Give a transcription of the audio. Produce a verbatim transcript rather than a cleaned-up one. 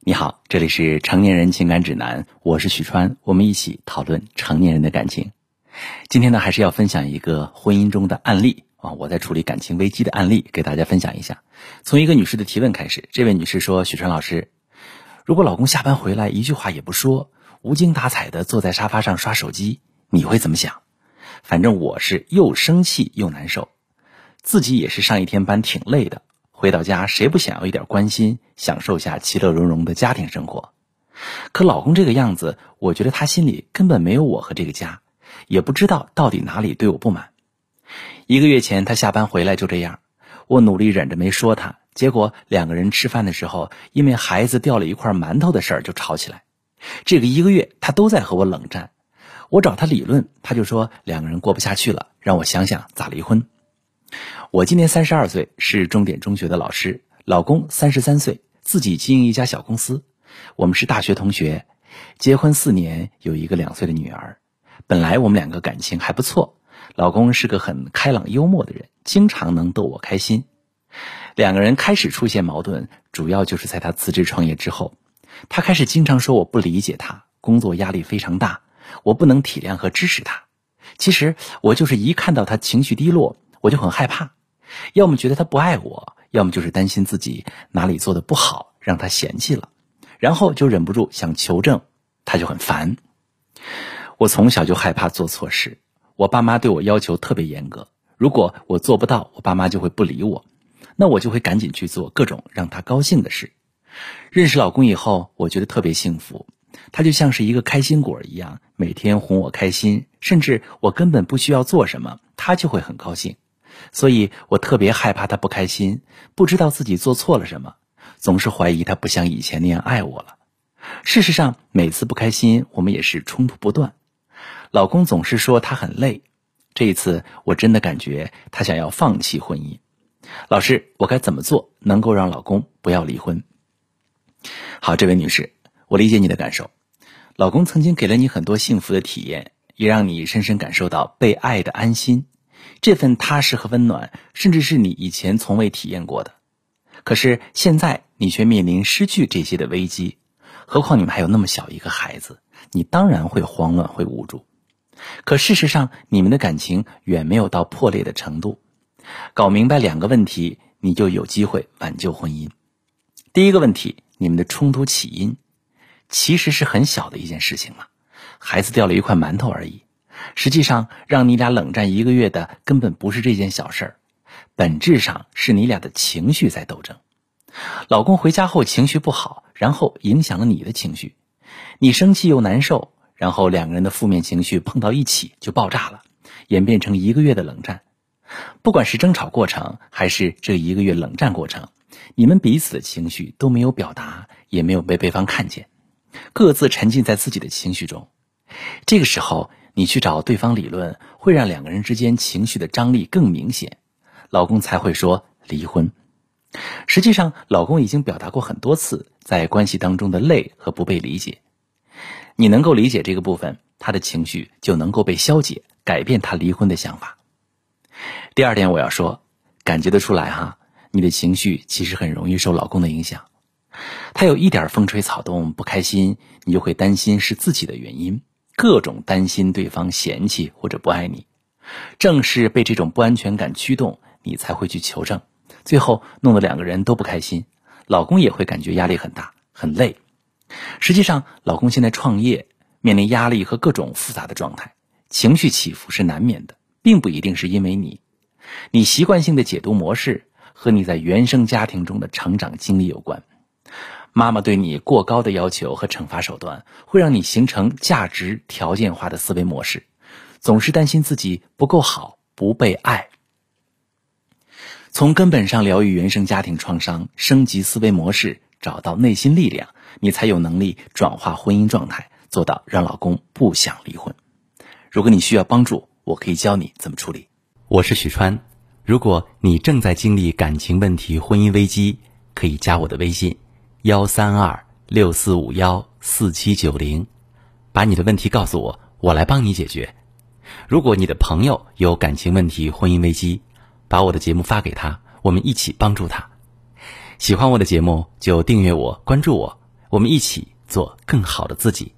你好，这里是成年人情感指南，我是许川，我们一起讨论成年人的感情。今天呢，还是要分享一个婚姻中的案例啊，我在处理感情危机的案例，给大家分享一下。从一个女士的提问开始，这位女士说：许川老师，如果老公下班回来一句话也不说，无精打采的坐在沙发上刷手机，你会怎么想？反正我是又生气又难受，自己也是上一天班挺累的，回到家谁不想要一点关心，享受下其乐融融的家庭生活。可老公这个样子，我觉得他心里根本没有我和这个家，也不知道到底哪里对我不满。一个月前他下班回来就这样，我努力忍着没说他，结果两个人吃饭的时候，因为孩子掉了一块馒头的事儿就吵起来。这个一个月他都在和我冷战，我找他理论，他就说两个人过不下去了，让我想想咋离婚。我今年三十二岁，是重点中学的老师，老公三十三岁，自己经营一家小公司。我们是大学同学，结婚四年，有一个两岁的女儿。本来我们两个感情还不错，老公是个很开朗幽默的人，经常能逗我开心。两个人开始出现矛盾，主要就是在他辞职创业之后，他开始经常说我不理解他，工作压力非常大，我不能体谅和支持他。其实我就是一看到他情绪低落，我就很害怕，要么觉得他不爱我，要么就是担心自己哪里做得不好，让他嫌弃了，然后就忍不住想求证，他就很烦。我从小就害怕做错事，我爸妈对我要求特别严格，如果我做不到，我爸妈就会不理我，那我就会赶紧去做各种让他高兴的事。认识老公以后，我觉得特别幸福，他就像是一个开心果一样，每天哄我开心，甚至我根本不需要做什么，他就会很高兴。所以我特别害怕他不开心，不知道自己做错了什么，总是怀疑他不像以前那样爱我了。事实上，每次不开心，我们也是冲突不断。老公总是说他很累，这一次我真的感觉他想要放弃婚姻。老师，我该怎么做能够让老公不要离婚？好，这位女士，我理解你的感受。老公曾经给了你很多幸福的体验，也让你深深感受到被爱的安心，这份踏实和温暖，甚至是你以前从未体验过的。可是现在你却面临失去这些的危机，何况你们还有那么小一个孩子，你当然会慌乱，会无助。可事实上，你们的感情远没有到破裂的程度。搞明白两个问题，你就有机会挽救婚姻。第一个问题，你们的冲突起因其实是很小的一件事情嘛，孩子掉了一块馒头而已。实际上让你俩冷战一个月的根本不是这件小事儿，本质上是你俩的情绪在斗争。老公回家后情绪不好，然后影响了你的情绪，你生气又难受，然后两个人的负面情绪碰到一起就爆炸了，演变成一个月的冷战。不管是争吵过程还是这一个月冷战过程，你们彼此的情绪都没有表达，也没有被对方看见，各自沉浸在自己的情绪中。这个时候你去找对方理论，会让两个人之间情绪的张力更明显，老公才会说离婚。实际上老公已经表达过很多次在关系当中的累和不被理解，你能够理解这个部分，他的情绪就能够被消解，改变他离婚的想法。第二点我要说，感觉得出来哈，你的情绪其实很容易受老公的影响。他有一点风吹草动不开心，你就会担心是自己的原因，各种担心对方嫌弃或者不爱你。正是被这种不安全感驱动，你才会去求证，最后弄得两个人都不开心，老公也会感觉压力很大很累。实际上老公现在创业，面临压力和各种复杂的状态，情绪起伏是难免的，并不一定是因为你。你习惯性的解读模式和你在原生家庭中的成长经历有关。妈妈对你过高的要求和惩罚手段，会让你形成价值条件化的思维模式，总是担心自己不够好，不被爱。从根本上疗愈原生家庭创伤，升级思维模式，找到内心力量，你才有能力转化婚姻状态，做到让老公不想离婚。如果你需要帮助，我可以教你怎么处理。 我是许川，如果你正在经历感情问题、婚姻危机，可以加我的微信幺三二六四五幺四七九零，把你的问题告诉我，我来帮你解决。如果你的朋友有感情问题、婚姻危机，把我的节目发给他，我们一起帮助他。喜欢我的节目就订阅我、关注我， 我们一起做更好的自己。